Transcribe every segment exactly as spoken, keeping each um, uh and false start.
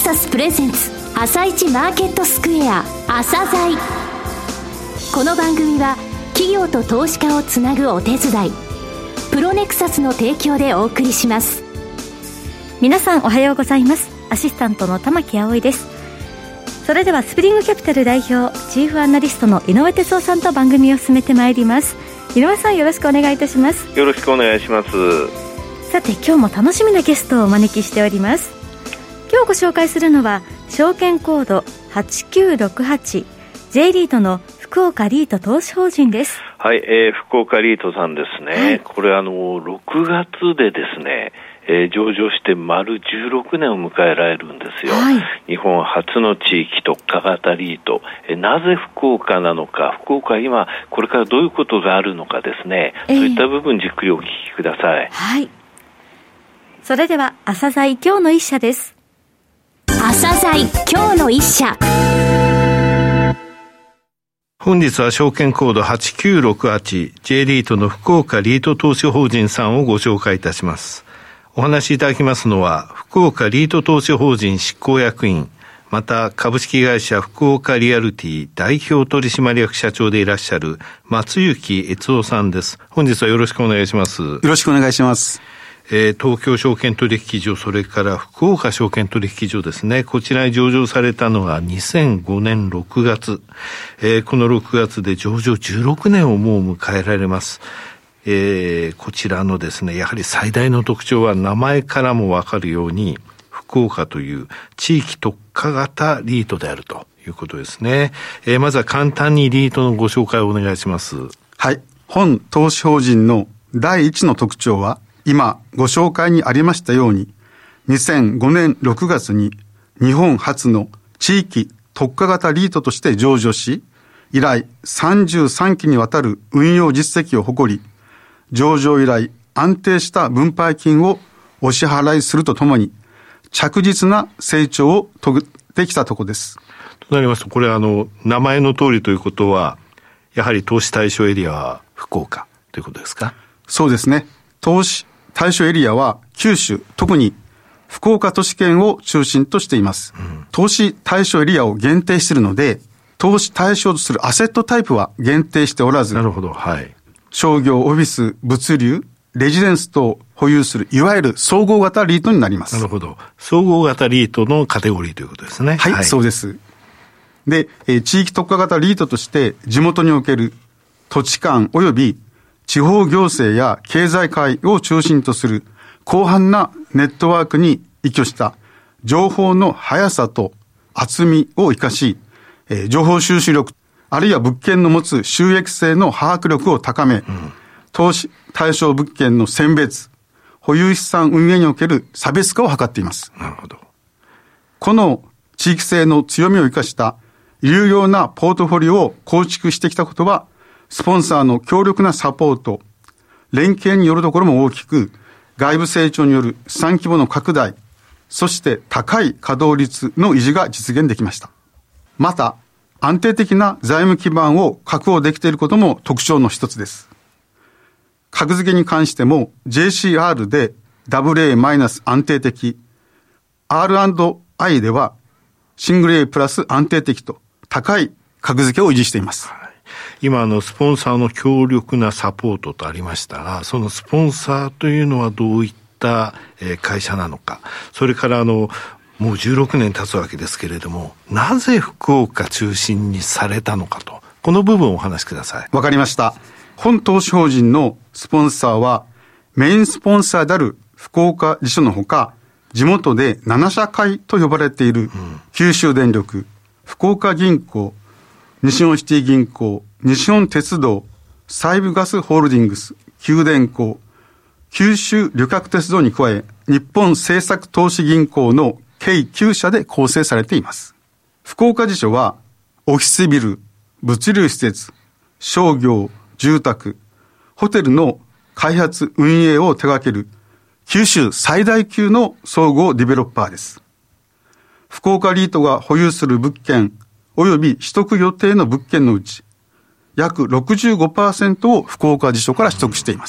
サスプレゼンツ朝一マーケットスクエア朝鮮。この番組は企業と投資家をつなぐお手伝いプロネクサスの提供でお送りします。 皆さんおはようございます。アシスタントの玉木葵です。それではスプリングキャピタル代表チーフアナリストの井上哲夫さんと番組を進めてまいります。井上さん、よろしくお願いいたします。 よろしくお願いします。 さて、今日も楽しみなゲストをお招きしております。今日ご紹介するのは証券コードはちきゅうろくはち J リートの福岡リート投資法人です。 はい、えー、福岡リートさんですね、はい、これあのろくがつでですね、えー、上場して丸じゅうろくねんを迎えられるんですよ、はい、日本初の地域特化型リート、えー、なぜ福岡なのか、福岡は今これからどういうことがあるのかですね、えー、そういった部分じっくりお聞きください。 はい、それでは朝鮮今日の一社です。 朝鮮今日の一社。 本日は証券コードはちきゅうろくはち J リートの福岡リート投資法人さんをご紹介いたします。お話しいただきますのは福岡リート投資法人執行役員、また株式会社福岡リアルティ代表取締役社長でいらっしゃる松幸悦夫さんです。本日はよろしくお願いします。よろしくお願いします。 えー、東京証券取引所、それから福岡証券取引所ですね、こちらに上場されたのがにせんごねんろくがつ、えー、このろくがつで上場じゅうろくねんをもう迎えられます。えー、こちらのですね、やはり最大の特徴は名前からもわかるように福岡という地域特化型リートであるということですね。えー、まずは簡単にリートのご紹介をお願いします。 はい、本投資法人の第一の特徴は今ご紹介にありましたようににせんごねんろくがつに日本初の地域特化型リートとして上場し、以来さんじゅうさんきにわたる運用実績を誇り、上場以来安定した分配金をお支払いするとともに着実な成長を遂げてきたところです。 となりますと、これあの名前の通りということはやはり投資対象エリアは福岡ということですか？ そうですね。投資対象エリアは九州、特に福岡都市圏を中心としています、うん、投資対象エリアを限定しているので、投資対象とするアセットタイプは限定しておらず、 なるほど、はい、 商業、オフィス、物流、レジデンス等を保有するいわゆる総合型リートになります。 なるほど、総合型リートのカテゴリーということですね。 はい、はい、そうです。で、えー、地域特化型リートとして地元における土地間及び地方行政や経済界を中心とする広範なネットワークに依拠した情報の速さと厚みを生かし、えー、情報収集力、あるいは物件の持つ収益性の把握力を高め、うん、投資対象物件の選別、保有資産運営における差別化を図っています。 なるほど。 この地域性の強みを生かした有用なポートフォリオを構築してきたことは、スポンサーの強力なサポート、連携によるところも大きく、外部成長による資産規模の拡大、そして高い稼働率の維持が実現できました。また、安定的な財務基盤を確保できていることも特徴の一つです。格付けに関しても ジェーシーアール で ダブルエー 安定的、アールアンドアイ ではシングル A プラス安定的と高い格付けを維持しています。 今あのスポンサーの強力なサポートとありましたが、そのスポンサーというのはどういった会社なのか、それからあのもうじゅうろくねん経つわけですけれども、なぜ福岡中心にされたのかと、この部分をお話しください。 わかりました。本投資法人のスポンサーはメインスポンサーである福岡支所のほか、地元でなな社会と呼ばれている九州電力、福岡銀行、西日本シティ銀行、西日本鉄道、西部ガスホールディングス、九電工、九州旅客鉄道に加え、日本政策投資銀行の計きゅう社で構成されています。福岡支所は、オフィスビル、物流施設、商業、住宅、ホテルの開発運営を手掛ける九州最大級の総合ディベロッパーです。福岡リートが保有する物件及び取得予定の物件のうち約 ろくじゅうごパーセント を福岡支所から取得しています。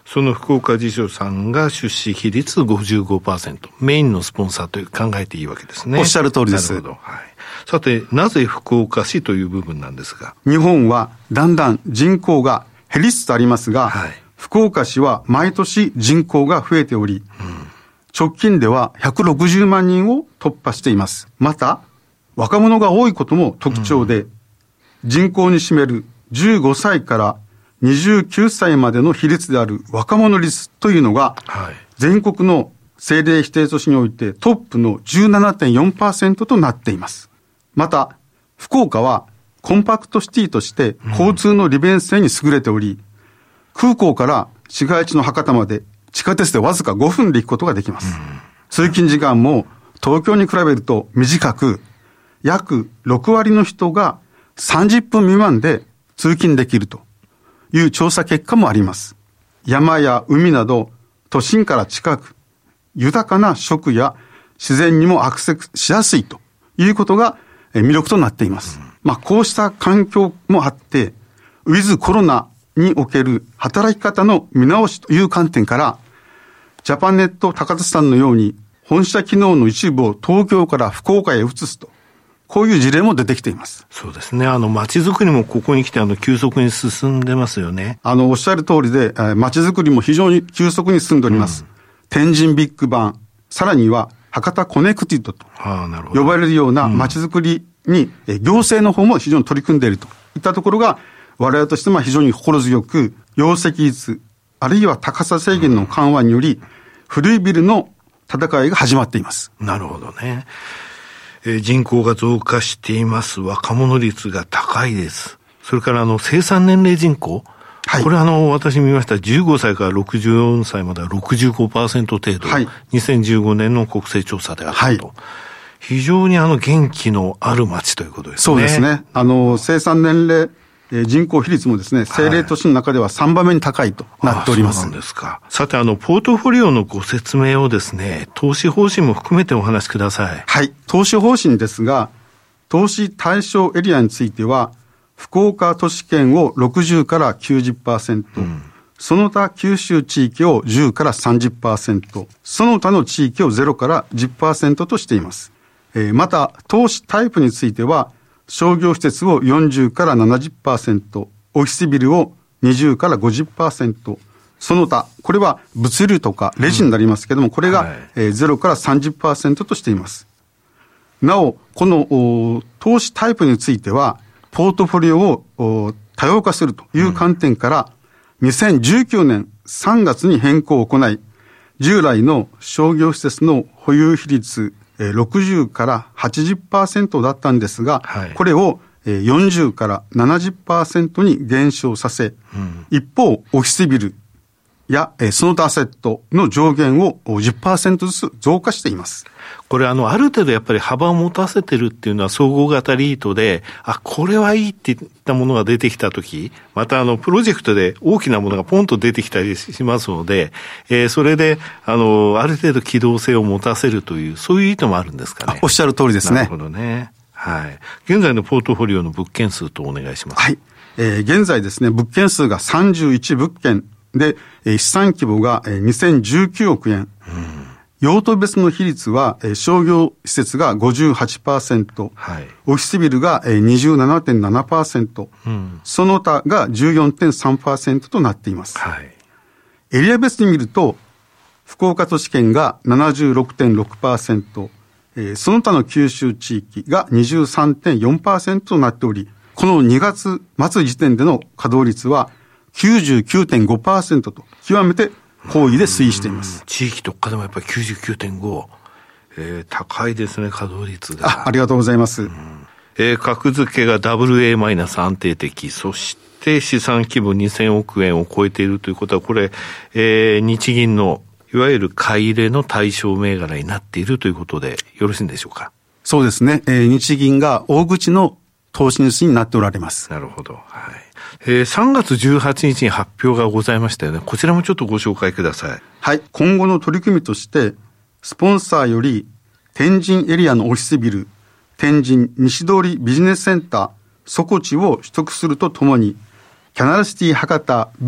その福岡地所さんが出資比率 ごじゅうごパーセント、メインのスポンサーと考えていいわけですね。 おっしゃる通りです。 なるほど。はい。さて、なぜ福岡市という部分なんですが。 日本はだんだん人口が減りつつありますが、はい、福岡市は毎年人口が増えており、うん、直近ではひゃくろくじゅうまんにんを突破しています。また、若者が多いことも特徴で、うん、人口に占めるじゅうごさいからにじゅうきゅうさいまでの比率である若者率というのが、はい、全国の政令指定都市においてトップの じゅうななてんよんパーセント となっています。また、福岡はコンパクトシティとして交通の利便性に優れており、うん、空港から市街地の博多まで地下鉄でわずかごふんで行くことができます。うん、通勤時間も東京に比べると短く、約ろくわりの人がさんじゅっぷん未満で通勤できるという調査結果もあります。山や海など都心から近く、豊かな食や自然にもアクセスしやすいということが魅力となっています。うん、まあこうした環境もあって、ウィズコロナにおける働き方の見直しという観点から、ジャパネット高田さんのように本社機能の一部を東京から福岡へ移すと、こういう事例も出てきています。 そうですね。あの、街づくりもここに来て、あの、急速に進んでますよね。 あの、おっしゃる通りで、街づくりも非常に急速に進んでおります。うん、天神ビッグバン、さらには博多コネクティッドと呼ばれるような街づくりに、うん、行政の方も非常に取り組んでいるといったところが、我々としても非常に心強く、容積率、あるいは高さ制限の緩和により、うん、古いビルの戦いが始まっています。 なるほどね。えー、人口が増加しています。若者率が高いです。それからあの生産年齢人口、はい、これあの私見ました。じゅうごさいからろくじゅうよんさいまでは ろくじゅうごパーセント 程度、はい、にせんじゅうごねんの国勢調査であったと、はい、非常にあの元気のある町ということですね。 そうですね。あの生産年齢人口比率もですね、政令都市の中ではさんばんめに高いとなっております。 そうなんですか。さて、あの、ポートフォリオのご説明をですね、投資方針も含めてお話しください。 はい。投資方針ですが、投資対象エリアについては、福岡都市圏をろくじゅうから きゅうじゅっパーセント、うん、その他九州地域をじゅうからさんじゅっパーセント、その他の地域をゼロからじゅっパーセントとしています。えー、また、投資タイプについては、商業施設をよんじゅうからななじゅっパーセント、オフィスビルをにじゅうからごじゅっパーセント、その他、これは物流とかレジになりますけども、うん、これが、はいえー、ゼロからさんじゅっパーセントとしています。なお、この投資タイプについては、ポートフォリオを多様化するという観点から、うん、にせんじゅうきゅうねんさんがつに変更を行い、従来の商業施設の保有比率、ろくじゅうからはちじゅっパーセントだったんですが、はい、これをよんじゅうからななじゅっパーセントに減少させ、うん、一方、オフィスビルやその他アセットの上限を じゅっパーセント ずつ増加しています。 これあの、ある程度やっぱり幅を持たせてるっていうのは総合型リートで、あ、これはいいっていったものが出てきたとき、またあの、プロジェクトで大きなものがポンと出てきたりしますので、えー、それで、あの、ある程度機動性を持たせるという、そういう意図もあるんですかね。 おっしゃる通りですね。 なるほどね。はい。現在のポートフォリオの物件数とお願いします。 はい。えー、現在ですね、物件数がさんじゅういちぶっけんで、資産規模がにせんじゅうきゅうおくえん。うん、用途別の比率は、商業施設が ごじゅうはちパーセント、はい、オフィスビルが にじゅうななてんななパーセント、うん、その他が じゅうよんてんさんパーセント となっています。はい、エリア別に見ると、福岡都市圏が ななじゅうろくてんろくパーセント、その他の九州地域が にじゅうさんてんよんパーセント となっており、このにがつ末時点での稼働率は きゅうじゅうきゅうてんごパーセント と極めて高位で推移しています。 地域特化でもやっぱり きゅうじゅうきゅうてんご、えー、高いですね、稼働率が。 あ、ありがとうございます。うん、 えー、格付けが ダブルエー 安定的、そして資産規模にせんおくえんを超えているということは、これ、えー、日銀のいわゆる買い入れの対象銘柄になっているということでよろしいんでしょうか。 そうですね。えー、日銀が大口の投資主になっておられます。 なるほど。はい。えー、さんがつじゅうはちにちに発表がございましたよね。こちらもちょっとご紹介ください。 はい。今後の取り組みとして、スポンサーより天神エリアのオフィスビル、天神西通りビジネスセンター、底地を取得するとともに、キャナルシティ博多 B、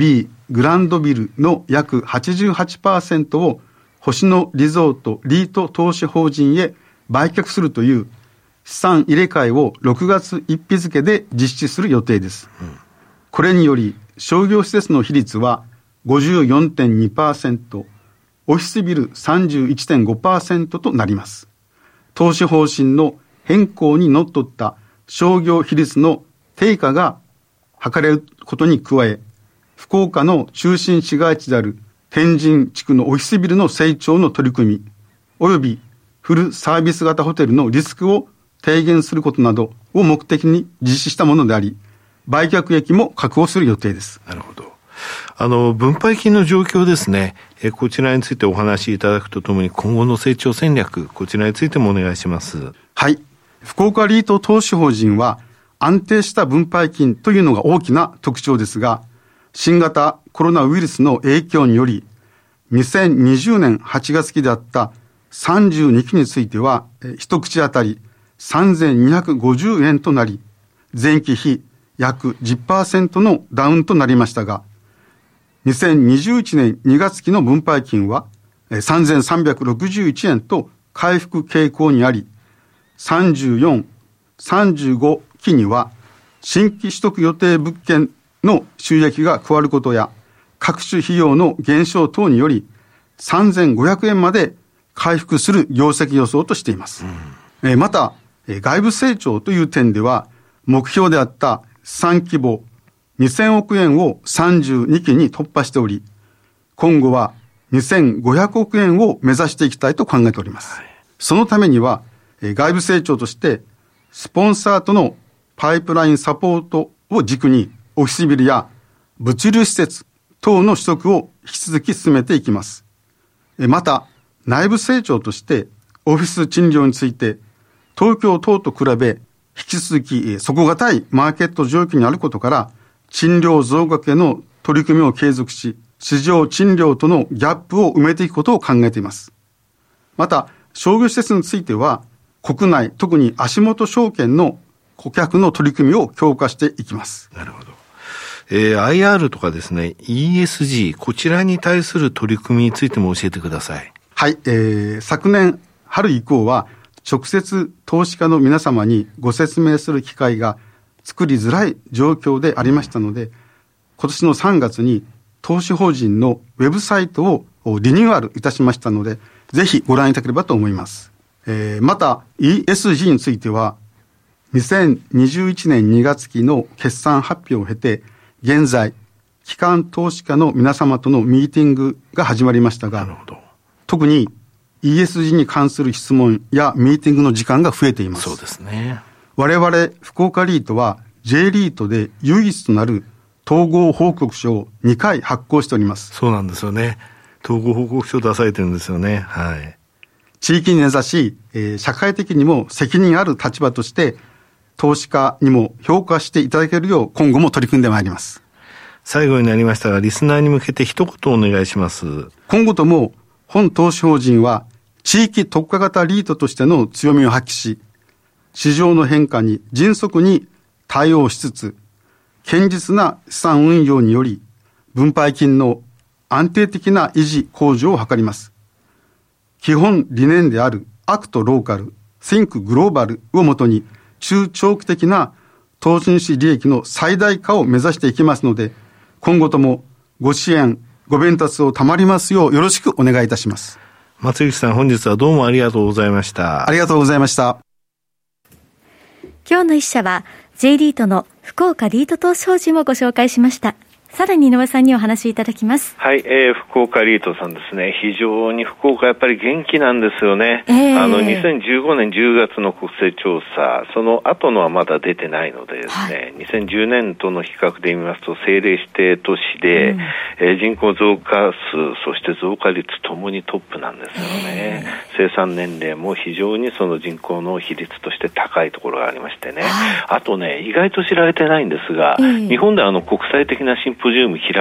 グランドビルの約 はちじゅうはちパーセント を星野リゾートリート投資法人へ売却するという資産入れ替えをろくがつついたち付で実施する予定です。うん、これにより商業施設の比率は ごじゅうよんてんにパーセント、オフィスビル さんじゅういちてんごパーセント となります。投資方針の変更にのっとった商業比率の低下が図れることに加え、福岡の中心市街地である天神地区のオフィスビルの成長の取り組み、およびフルサービス型ホテルのリスクを低減することなどを目的に実施したものであり、売却益も確保する予定です。 なるほど。あの、分配金の状況ですね。え、こちらについてお話しいただくとともに、今後の成長戦略、こちらについてもお願いします。 はい。福岡リート投資法人は、安定した分配金というのが大きな特徴ですが、新型コロナウイルスの影響により、にせんにじゅうねんはちがつ期であったさんじゅうにきについては、一口当たりさんぜんにひゃくごじゅうえんとなり、前期比約 じゅっパーセント のダウンとなりましたが、にせんにじゅういちねんにがつ期の分配金はさんぜんさんびゃくろくじゅういちえんと回復傾向にあり、さんじゅうよん、さんじゅうご期には新規取得予定物件の収益が加わることや、各種費用の減少等によりさんぜんごひゃくえんまで回復する業績予想としています。うん、えまた、外部成長という点では、目標であった資産規模にせんおくえんをさんじゅうに期に突破しており、今後はにせんごひゃくおくえんを目指していきたいと考えております。はい、そのためには、外部成長として、スポンサーとのパイプラインサポートを軸に、オフィスビルや物流施設等の取得を引き続き進めていきます。また、内部成長として、オフィス賃料について、東京等と比べ、引き続き底堅いマーケット状況にあることから、賃料増額への取り組みを継続し、市場賃料とのギャップを埋めていくことを考えています。また、商業施設については、国内、特に足元証券の顧客の取り組みを強化していきます。 なるほど。えー、アイアール とかですね、イーエスジー、こちらに対する取り組みについても教えてください。 はい、えー、昨年春以降は、直接投資家の皆様にご説明する機会が作りづらい状況でありましたので、今年のさんがつに投資法人のウェブサイトをリニューアルいたしましたので、ぜひご覧いただければと思います。えー、また イーエスジー については、にせんにじゅういちねんにがつ期の決算発表を経て、現在、機関投資家の皆様とのミーティングが始まりましたが、 なるほど。 特に イーエスジー に関する質問やミーティングの時間が増えています。 そうですね。 我々福岡リートは J リートで唯一となる統合報告書をにかい発行しております。 そうなんですよね。統合報告書出されてるんですよね。はい。 地域に根ざし、えー、社会的にも責任ある立場として投資家にも評価していただけるよう今後も取り組んでまいります。 最後になりましたが、リスナーに向けて一言お願いします。 今後とも本投資法人は地域特化型リートとしての強みを発揮し、市場の変化に迅速に対応しつつ、堅実な資産運用により、分配金の安定的な維持向上を図ります。基本理念であるアクトローカル、Think グローバルをもとに、中長期的な投資主利益の最大化を目指していきますので、今後ともご支援、ご鞭撻を賜りますようよろしくお願いいたします。 松口さん、本日はどうもありがとうございました。 ありがとうございました。 今日の一社は J リートの福岡リート投資法人をご紹介しました。さらに井上さんにお話しいただきます。 はい、えー、福岡リートさんですね。非常に福岡やっぱり元気なんですよね。 えー、 あのにせんじゅうごねんじゅうがつの国勢調査、その後のはまだ出てないのでですね、はい、にせんじゅうねんとの比較で見ますと政令指定都市で、うんえー、人口増加数そして増加率ともにトップなんですよね。えー、生産年齢も非常にその人口の比率として高いところがありましてね、はい、あとね意外と知られてないんですが、えー、日本であの国際的なシンポジウム開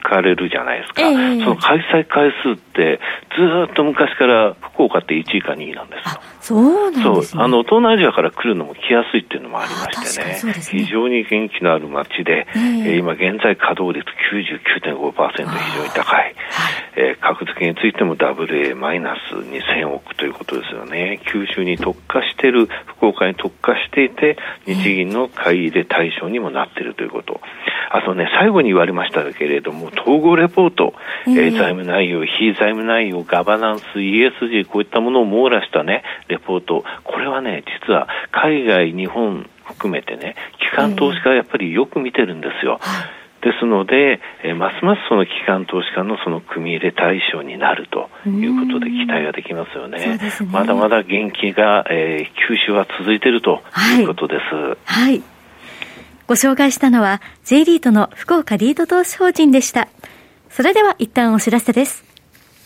かれるじゃないですか、 えー、 その開催回数ってずっと昔から福岡っていちいかにいなんですよ。 そうなんですね。 そう、あの東南アジアから来るのも来やすいっていうのもありましてね、 ね非常に元気のある街で、えーえー、今現在稼働率 きゅうじゅうきゅうてんごパーセント 非常に高い、はい、えー、格付けについても ダブルエー マイナスにせんおくということですよね。九州に特化している、福岡に特化していて、日銀の買い入れ対象にもなっているということ。あとね、最後に言われましたけれども、統合レポート、えー、財務内容、非財務内容、ガバナンス、イーエスジー、こういったものを網羅したね、レポート。これはね、実は海外、日本含めてね、機関投資家はやっぱりよく見てるんですよ。えー、ですので、えー、ますますその機関投資家のその組み入れ対象になるということで期待ができますよね。そうですね。まだまだ元気が、えー、九州は続いているということです。 はい。はい、ご紹介したのは J リートの福岡リート投資法人でした。それでは一旦お知らせです。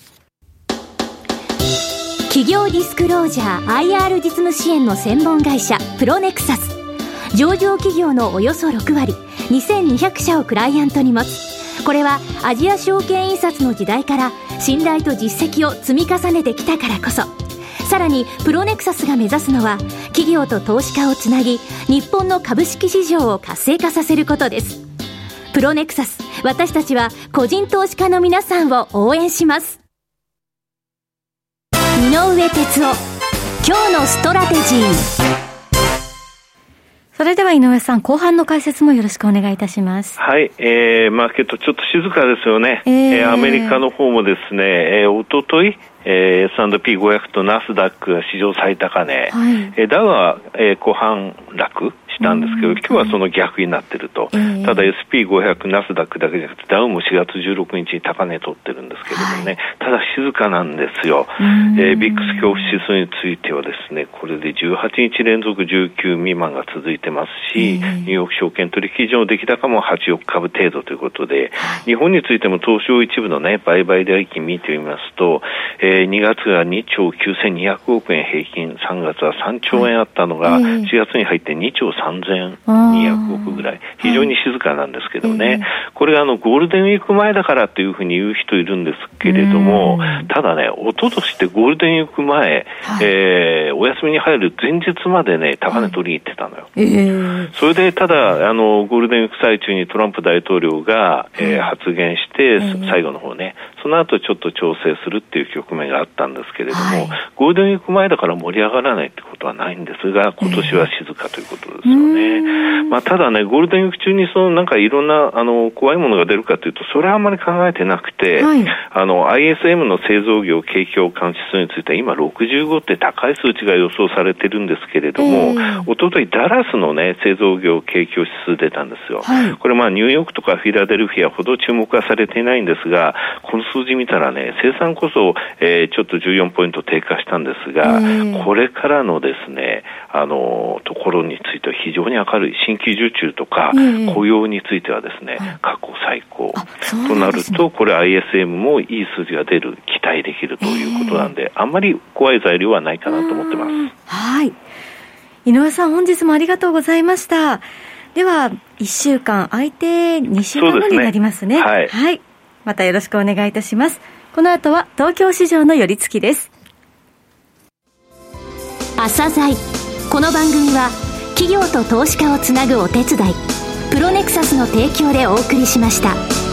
企業ディスクロージャー アイアール 実務支援の専門会社プロネクサス。上場企業のおよそろくわり、にせんにひゃくしゃをクライアントに持つ。これはアジア証券印刷の時代から信頼と実績を積み重ねてきたからこそ。さらにプロネクサスが目指すのは企業と投資家をつなぎ、日本の株式市場を活性化させることです。プロネクサス、私たちは個人投資家の皆さんを応援します。井上哲夫、今日のストラテジー。 それでは井上さん、後半の解説もよろしくお願いいたします。 はい、えー、マーケットちょっと静かですよね。えーえー、アメリカの方もですね、えー、おととい、えー、エスアンドピーごひゃく とナスダックが史上最高値、はい、えー、ダウは、えー、小反落したんですけど、今日はその逆になっていると、えー、ただ エスピーごひゃく ナスダックだけじゃなくてダウもしがつじゅうろくにちに高値取ってるんですけれどもね、はい、ただ静かなんですよ。えー、ビックス恐怖指数についてはですね、これでじゅうはちにち連続じゅうきゅう未満が続いてますし、えー、ニューヨーク証券取引所の出来高もはちおくかぶ程度ということで、はい、日本についても東証一部のね、売買代金見てみますと、えー、にがつがにちょうきゅうせんにひゃくおくえん平均、さんがつはさんちょうえんあったのが、はい、しがつに入ってにちょうさんぜんにひゃくおくぐらい、非常に静かなんですけどね、はい、これがあのゴールデンウィーク前だからというふうに言う人いるんですけれども、ただね、一昨年ってゴールデンウィーク前、はい、えー、お休みに入る前日までね、高値取りに行ってたのよ。はい、えー、それでただあのゴールデンウィーク最中にトランプ大統領が、えー、発言して、えー、最後の方ね、その後ちょっと調整するっていう局面があったんですけれども、はい、ゴールデンウィーク前だから盛り上がらないってことはないんですが、今年は静かということですよね。まあ、ただね、ゴールデンウィーク中にそのなんかいろんなあの怖いものが出るかというと、それはあんまり考えてなくて、はい、あの アイエスエム の製造業景況感指数については今ろくじゅうごって高い数値が予想されてるんですけれども、えー、おとといダラスのね、製造業景況指数出たんですよ。はい、これまあニューヨークとかフィラデルフィアほど注目はされていないんですが、この数字見たらね、生産こそ、えー、ちょっとじゅうよんポイント低下したんですが、えー、これからのですね、あのところについては非常に明るい、新規受注とか雇用についてはですね、えー、過去最高となると、これ アイエスエム もいい数字が出る、期待できるということなんで、えー、あんまり怖い材料はないかなと思ってます。 はい。井上さん、本日もありがとうございました。ではいっしゅうかん空いてにしゅうかんごになりますね。はい、はい。またよろしくお願いいたします。この後は東京市場の寄り付きです。 朝鮮。この番組は企業と投資家をつなぐお手伝い、プロネクサスの提供でお送りしました。